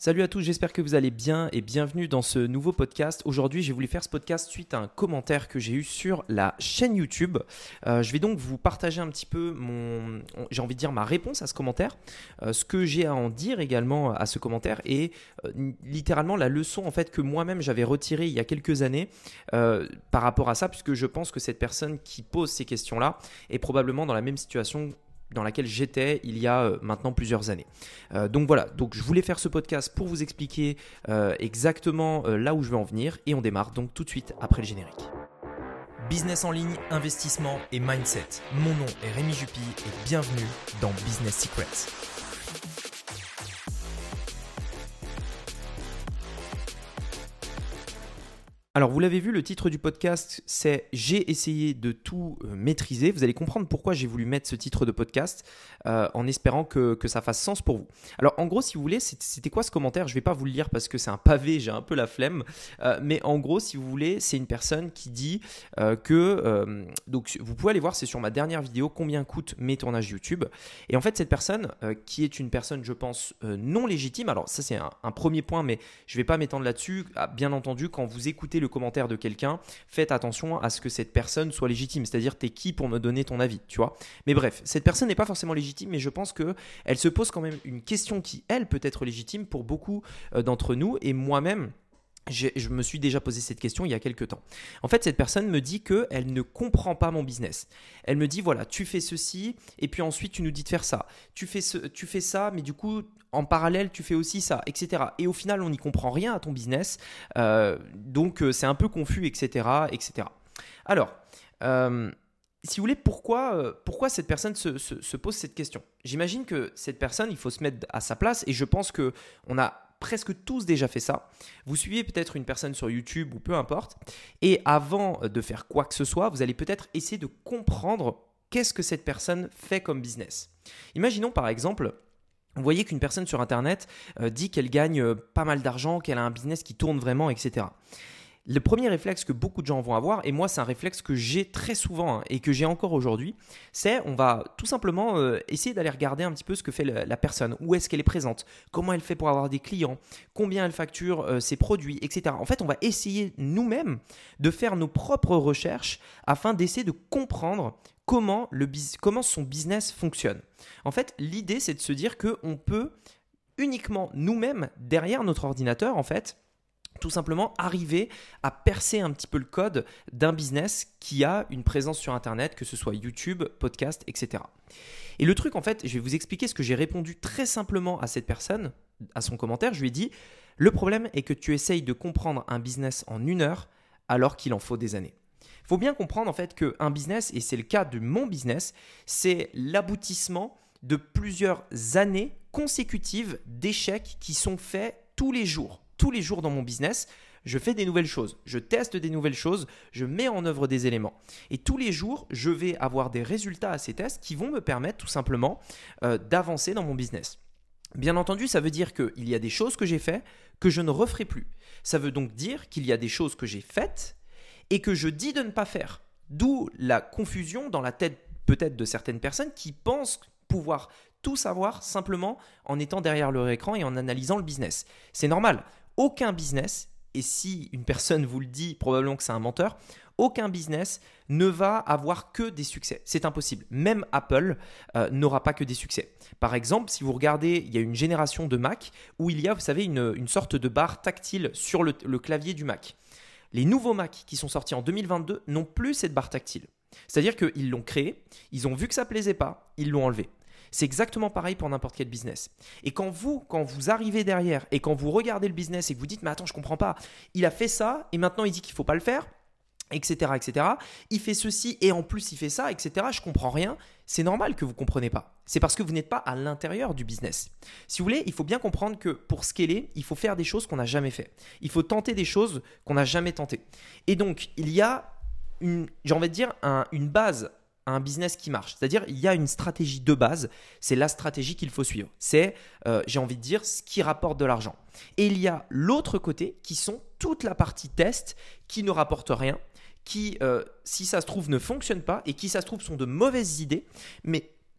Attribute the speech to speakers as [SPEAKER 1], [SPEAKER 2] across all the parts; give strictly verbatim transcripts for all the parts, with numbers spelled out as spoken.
[SPEAKER 1] Salut à tous, j'espère que vous allez bien et bienvenue dans ce nouveau podcast. Aujourd'hui, j'ai voulu faire ce podcast suite à un commentaire que j'ai eu sur la chaîne YouTube. Euh, je vais donc vous partager un petit peu mon, j'ai envie de dire ma réponse à ce commentaire, euh, ce que j'ai à en dire également à ce commentaire et euh, littéralement la leçon en fait que moi-même j'avais retirée il y a quelques années euh, par rapport à ça, puisque je pense que cette personne qui pose ces questions-là est probablement dans la même situation dans laquelle j'étais il y a euh, maintenant plusieurs années. Euh, donc voilà, donc je voulais faire ce podcast pour vous expliquer euh, exactement euh, là où je veux en venir et on démarre donc tout de suite après le générique. Business en ligne, investissement et mindset. Mon nom est Rémi Jupy et bienvenue dans Business Secrets. Alors vous l'avez vu, le titre du podcast c'est « J'ai essayé de tout euh, maîtriser ». Vous allez comprendre pourquoi j'ai voulu mettre ce titre de podcast euh, en espérant que, que ça fasse sens pour vous. Alors en gros, si vous voulez, c'était quoi ce commentaire? Je ne vais pas vous le lire parce que c'est un pavé, j'ai un peu la flemme. Euh, mais en gros, si vous voulez, c'est une personne qui dit euh, que… Euh, donc vous pouvez aller voir, c'est sur ma dernière vidéo « Combien coûtent mes tournages YouTube ?» Et en fait, cette personne euh, qui est une personne, je pense, euh, non légitime. Alors ça, c'est un, un premier point, mais je ne vais pas m'étendre là-dessus. Ah, bien entendu, quand vous écoutez le commentaire de quelqu'un, faites attention à ce que cette personne soit légitime, c'est-à-dire t'es qui pour me donner ton avis, tu vois. Mais bref, cette personne n'est pas forcément légitime, mais je pense que elle se pose quand même une question qui, elle, peut être légitime pour beaucoup euh, d'entre nous et moi-même. J'ai, je me suis déjà posé cette question il y a quelques temps. En fait, cette personne me dit qu'elle ne comprend pas mon business. Elle me dit, voilà, tu fais ceci et puis ensuite tu nous dis de faire ça. Tu fais, ce, tu fais ça, mais du coup, en parallèle, tu fais aussi ça, et cetera. Et au final, on n'y comprend rien à ton business. Euh, donc, euh, c'est un peu confus, et cetera, et cetera. Alors… Euh, Si vous voulez, pourquoi, euh, pourquoi cette personne se, se, se pose cette question? J'imagine que cette personne, il faut se mettre à sa place et je pense qu'on a presque tous déjà fait ça. Vous suivez peut-être une personne sur YouTube ou peu importe et avant de faire quoi que ce soit, vous allez peut-être essayer de comprendre qu'est-ce que cette personne fait comme business. Imaginons par exemple… Vous voyez qu'une personne sur Internet euh, dit qu'elle gagne euh, pas mal d'argent, qu'elle a un business qui tourne vraiment, et cetera. Le premier réflexe que beaucoup de gens vont avoir, et moi c'est un réflexe que j'ai très souvent hein, et que j'ai encore aujourd'hui, c'est on va tout simplement euh, essayer d'aller regarder un petit peu ce que fait la, la personne, où est-ce qu'elle est présente, comment elle fait pour avoir des clients, combien elle facture euh, ses produits, et cetera. En fait, on va essayer nous-mêmes de faire nos propres recherches afin d'essayer de comprendre comment, le, comment son business fonctionne. En fait, l'idée c'est de se dire qu'on peut uniquement nous-mêmes, derrière notre ordinateur en fait, tout simplement arriver à percer un petit peu le code d'un business qui a une présence sur Internet, que ce soit YouTube, podcast, et cetera. Et le truc, en fait, je vais vous expliquer ce que j'ai répondu très simplement à cette personne, à son commentaire. Je lui ai dit, le problème est que tu essayes de comprendre un business en une heure alors qu'il en faut des années. Il faut bien comprendre en fait qu'un business, et c'est le cas de mon business, c'est l'aboutissement de plusieurs années consécutives d'échecs qui sont faits tous les jours. Tous les jours dans mon business, je fais des nouvelles choses, je teste des nouvelles choses, je mets en œuvre des éléments. Et tous les jours, je vais avoir des résultats à ces tests qui vont me permettre tout simplement euh, d'avancer dans mon business. Bien entendu, ça veut dire qu'il y a des choses que j'ai faites que je ne referai plus. Ça veut donc dire qu'il y a des choses que j'ai faites et que je dis de ne pas faire. D'où la confusion dans la tête peut-être de certaines personnes qui pensent pouvoir tout savoir simplement en étant derrière leur écran et en analysant le business. C'est normal. Aucun business, et si une personne vous le dit, probablement que c'est un menteur, aucun business ne va avoir que des succès. C'est impossible. Même Apple euh, n'aura pas que des succès. Par exemple, si vous regardez, il y a une génération de Mac où il y a, vous savez, une, une sorte de barre tactile sur le, le clavier du Mac. Les nouveaux Mac qui sont sortis en deux mille vingt-deux n'ont plus cette barre tactile. C'est-à-dire qu'ils l'ont créée, ils ont vu que ça ne plaisait pas, ils l'ont enlevé. C'est exactement pareil pour n'importe quel business. Et quand vous, quand vous arrivez derrière et quand vous regardez le business et que vous dites « mais attends, je ne comprends pas, il a fait ça et maintenant il dit qu'il ne faut pas le faire », et cetera, et cetera. Il fait ceci et en plus il fait ça, et cetera. Je ne comprends rien. C'est normal que vous ne compreniez pas. C'est parce que vous n'êtes pas à l'intérieur du business. Si vous voulez, il faut bien comprendre que pour scaler, il faut faire des choses qu'on n'a jamais fait. Il faut tenter des choses qu'on n'a jamais tentées. Et donc, il y a, une, j'ai envie de dire, un, une base à un business qui marche. C'est-à-dire, il y a une stratégie de base. C'est la stratégie qu'il faut suivre. C'est, euh, j'ai envie de dire, ce qui rapporte de l'argent. Et il y a l'autre côté qui sont toute la partie test qui ne rapporte rien, qui, euh, si ça se trouve, ne fonctionnent pas et qui, ça se trouve, sont de mauvaises idées. Mais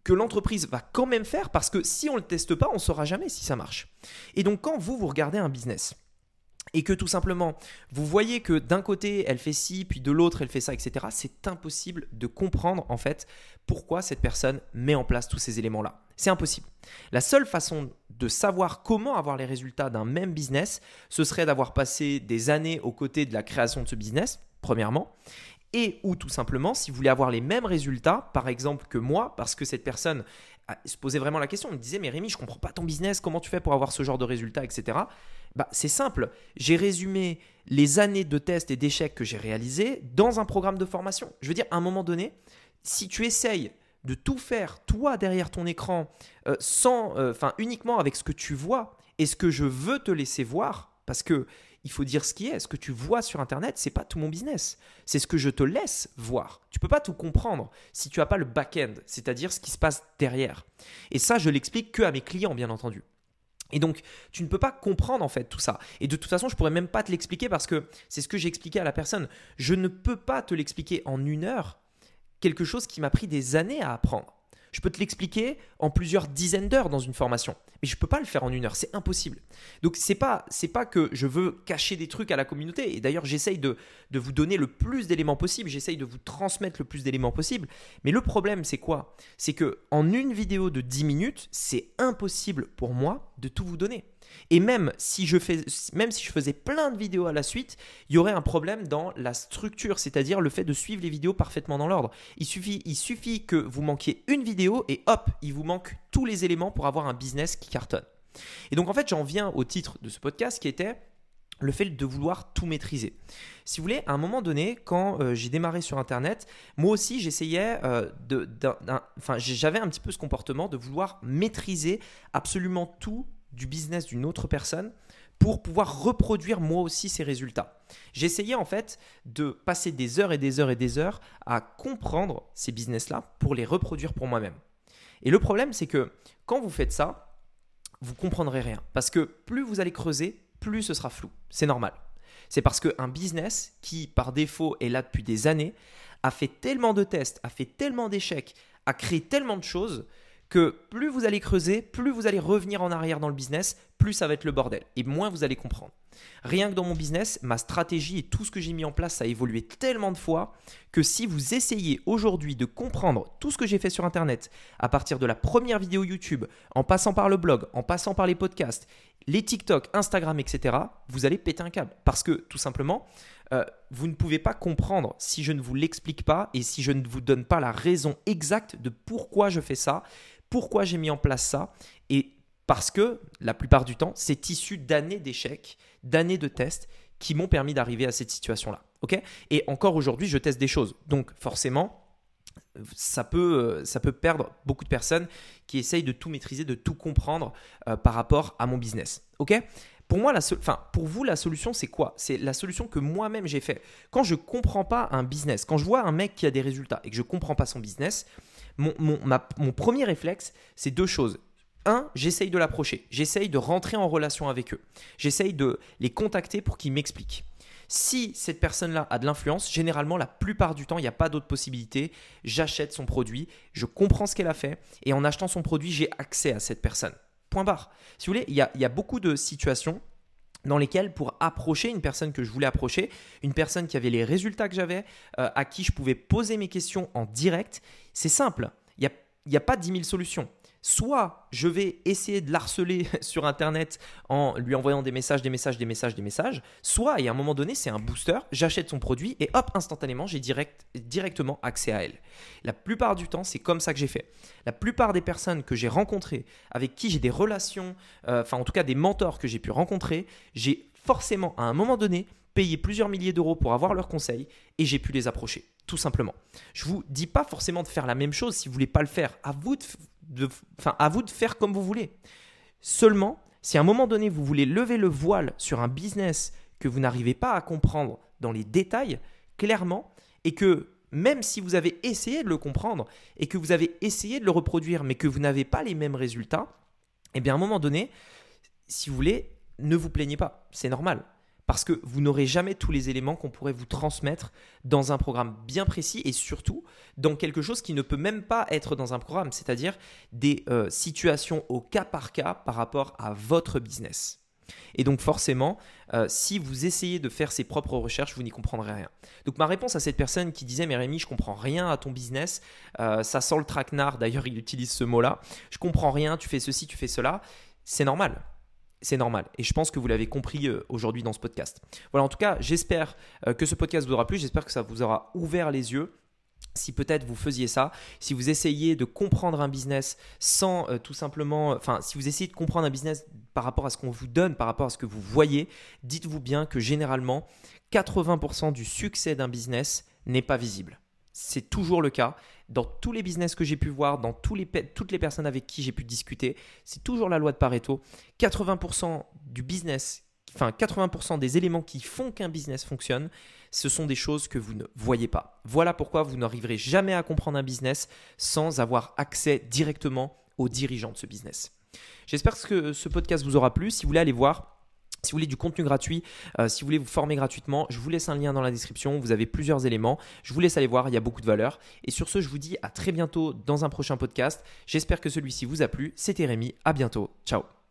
[SPEAKER 1] que l'entreprise va quand même faire parce que si on ne le teste pas, on ne saura jamais si ça marche. Et donc quand vous, vous regardez un business et que tout simplement, vous voyez que d'un côté, elle fait ci, puis de l'autre, elle fait ça, et cetera, c'est impossible de comprendre en fait pourquoi cette personne met en place tous ces éléments-là. C'est impossible. La seule façon de savoir comment avoir les résultats d'un même business, ce serait d'avoir passé des années aux côtés de la création de ce business, premièrement, et ou tout simplement, si vous voulez avoir les mêmes résultats, par exemple que moi, parce que cette personne se posait vraiment la question, elle me disait « Mais Rémi, je ne comprends pas ton business, comment tu fais pour avoir ce genre de résultats, et cetera » Bah, c'est simple, j'ai résumé les années de tests et d'échecs que j'ai réalisés dans un programme de formation. Je veux dire, à un moment donné, si tu essayes de tout faire, toi, derrière ton écran, euh, sans, euh, enfin, uniquement avec ce que tu vois et ce que je veux te laisser voir, parce que il faut dire ce qui est, ce que tu vois sur Internet, ce n'est pas tout mon business. C'est ce que je te laisse voir. Tu ne peux pas tout comprendre si tu n'as pas le back-end, c'est-à-dire ce qui se passe derrière. Et ça, je l'explique que à mes clients, bien entendu. Et donc, tu ne peux pas comprendre en fait tout ça. Et de toute façon, je ne pourrais même pas te l'expliquer parce que c'est ce que j'ai expliqué à la personne. Je ne peux pas te l'expliquer en une heure, quelque chose qui m'a pris des années à apprendre. Je peux te l'expliquer en plusieurs dizaines d'heures dans une formation, mais je ne peux pas le faire en une heure, c'est impossible. Donc, ce n'est pas, c'est pas que je veux cacher des trucs à la communauté. Et d'ailleurs, j'essaye de, de vous donner le plus d'éléments possible, j'essaye de vous transmettre le plus d'éléments possible. Mais le problème, c'est quoi? C'est qu'en une vidéo de dix minutes, c'est impossible pour moi de tout vous donner. Et même si, je fais, même si je faisais plein de vidéos à la suite, il y aurait un problème dans la structure, c'est-à-dire le fait de suivre les vidéos parfaitement dans l'ordre. Il suffit, il suffit que vous manquiez une vidéo et hop, il vous manque tous les éléments pour avoir un business qui cartonne. Et donc en fait, j'en viens au titre de ce podcast qui était le fait de vouloir tout maîtriser. Si vous voulez, à un moment donné, quand euh, j'ai démarré sur Internet, moi aussi j'essayais, euh, de, d'un, d'un, enfin j'avais un petit peu ce comportement de vouloir maîtriser absolument tout du business d'une autre personne pour pouvoir reproduire moi aussi ses résultats. J'essayais en fait de passer des heures et des heures et des heures à comprendre ces business-là pour les reproduire pour moi-même. Et le problème, c'est que quand vous faites ça, vous ne comprendrez rien. Parce que plus vous allez creuser, plus ce sera flou. C'est normal. C'est parce qu'un business qui, par défaut, est là depuis des années, a fait tellement de tests, a fait tellement d'échecs, a créé tellement de choses que plus vous allez creuser, plus vous allez revenir en arrière dans le business, plus ça va être le bordel et moins vous allez comprendre. Rien que dans mon business, ma stratégie et tout ce que j'ai mis en place, ça a évolué tellement de fois que si vous essayez aujourd'hui de comprendre tout ce que j'ai fait sur Internet, à partir de la première vidéo YouTube, en passant par le blog, en passant par les podcasts, les TikTok, Instagram, et cetera, vous allez péter un câble parce que tout simplement, euh, vous ne pouvez pas comprendre si je ne vous l'explique pas et si je ne vous donne pas la raison exacte de pourquoi je fais ça, pourquoi j'ai mis en place ça et parce que la plupart du temps, c'est issu d'années d'échecs, d'années de tests qui m'ont permis d'arriver à cette situation-là. Okay ? Et encore aujourd'hui, je teste des choses. Donc forcément, ça peut, ça peut perdre beaucoup de personnes qui essayent de tout maîtriser, de tout comprendre euh, par rapport à mon business. Okay ? Pour moi, la so- enfin, pour vous, la solution, c'est quoi? C'est la solution que moi-même j'ai fait. Quand je ne comprends pas un business, quand je vois un mec qui a des résultats et que je ne comprends pas son business, mon, mon, ma, mon premier réflexe, c'est deux choses. Un, j'essaye de l'approcher. J'essaye de rentrer en relation avec eux. J'essaye de les contacter pour qu'ils m'expliquent. Si cette personne-là a de l'influence, généralement, la plupart du temps, il n'y a pas d'autre possibilité. J'achète son produit, je comprends ce qu'elle a fait et en achetant son produit, j'ai accès à cette personne. Point barre. Si vous voulez, il y a, il y a beaucoup de situations dans lesquelles pour approcher une personne que je voulais approcher, une personne qui avait les résultats que j'avais, euh, à qui je pouvais poser mes questions en direct, c'est simple. Il n'y a, il y a pas dix mille solutions. Soit je vais essayer de l'harceler sur Internet en lui envoyant des messages, des messages, des messages, des messages. Soit, et à un moment donné, c'est un booster, j'achète son produit et hop, instantanément, j'ai direct, directement accès à elle. La plupart du temps, c'est comme ça que j'ai fait. La plupart des personnes que j'ai rencontrées, avec qui j'ai des relations, euh, enfin en tout cas des mentors que j'ai pu rencontrer, j'ai forcément à un moment donné payé plusieurs milliers d'euros pour avoir leurs conseils et j'ai pu les approcher, tout simplement. Je ne vous dis pas forcément de faire la même chose si vous ne voulez pas le faire. À vous de, de, enfin, à vous de faire comme vous voulez. Seulement, si à un moment donné, vous voulez lever le voile sur un business que vous n'arrivez pas à comprendre dans les détails, clairement, et que même si vous avez essayé de le comprendre et que vous avez essayé de le reproduire, mais que vous n'avez pas les mêmes résultats, eh bien à un moment donné, si vous voulez, ne vous plaignez pas. C'est normal. Parce que vous n'aurez jamais tous les éléments qu'on pourrait vous transmettre dans un programme bien précis et surtout dans quelque chose qui ne peut même pas être dans un programme, c'est-à-dire des euh, situations au cas par cas par rapport à votre business. Et donc forcément, euh, si vous essayez de faire ses propres recherches, vous n'y comprendrez rien. Donc ma réponse à cette personne qui disait « Mais Rémi, je ne comprends rien à ton business, euh, ça sent le traquenard », d'ailleurs il utilise ce mot-là, « je ne comprends rien, tu fais ceci, tu fais cela », c'est normal. C'est normal et je pense que vous l'avez compris aujourd'hui dans ce podcast. Voilà, en tout cas, j'espère que ce podcast vous aura plu, j'espère que ça vous aura ouvert les yeux. Si peut-être vous faisiez ça, si vous essayez de comprendre un business sans euh, tout simplement, enfin si vous essayez de comprendre un business par rapport à ce qu'on vous donne, par rapport à ce que vous voyez, dites-vous bien que généralement, quatre-vingts pour cent du succès d'un business n'est pas visible. C'est toujours le cas. Dans tous les business que j'ai pu voir, dans tous les, toutes les personnes avec qui j'ai pu discuter, c'est toujours la loi de Pareto. quatre-vingts pour cent du business, enfin quatre-vingts pour cent des éléments qui font qu'un business fonctionne, ce sont des choses que vous ne voyez pas. Voilà pourquoi vous n'arriverez jamais à comprendre un business sans avoir accès directement aux dirigeants de ce business. J'espère que ce podcast vous aura plu. Si vous voulez aller voir, si vous voulez du contenu gratuit, euh, si vous voulez vous former gratuitement, je vous laisse un lien dans la description. Vous avez plusieurs éléments. Je vous laisse aller voir, il y a beaucoup de valeur. Et sur ce, je vous dis à très bientôt dans un prochain podcast. J'espère que celui-ci vous a plu. C'était Rémi, à bientôt. Ciao.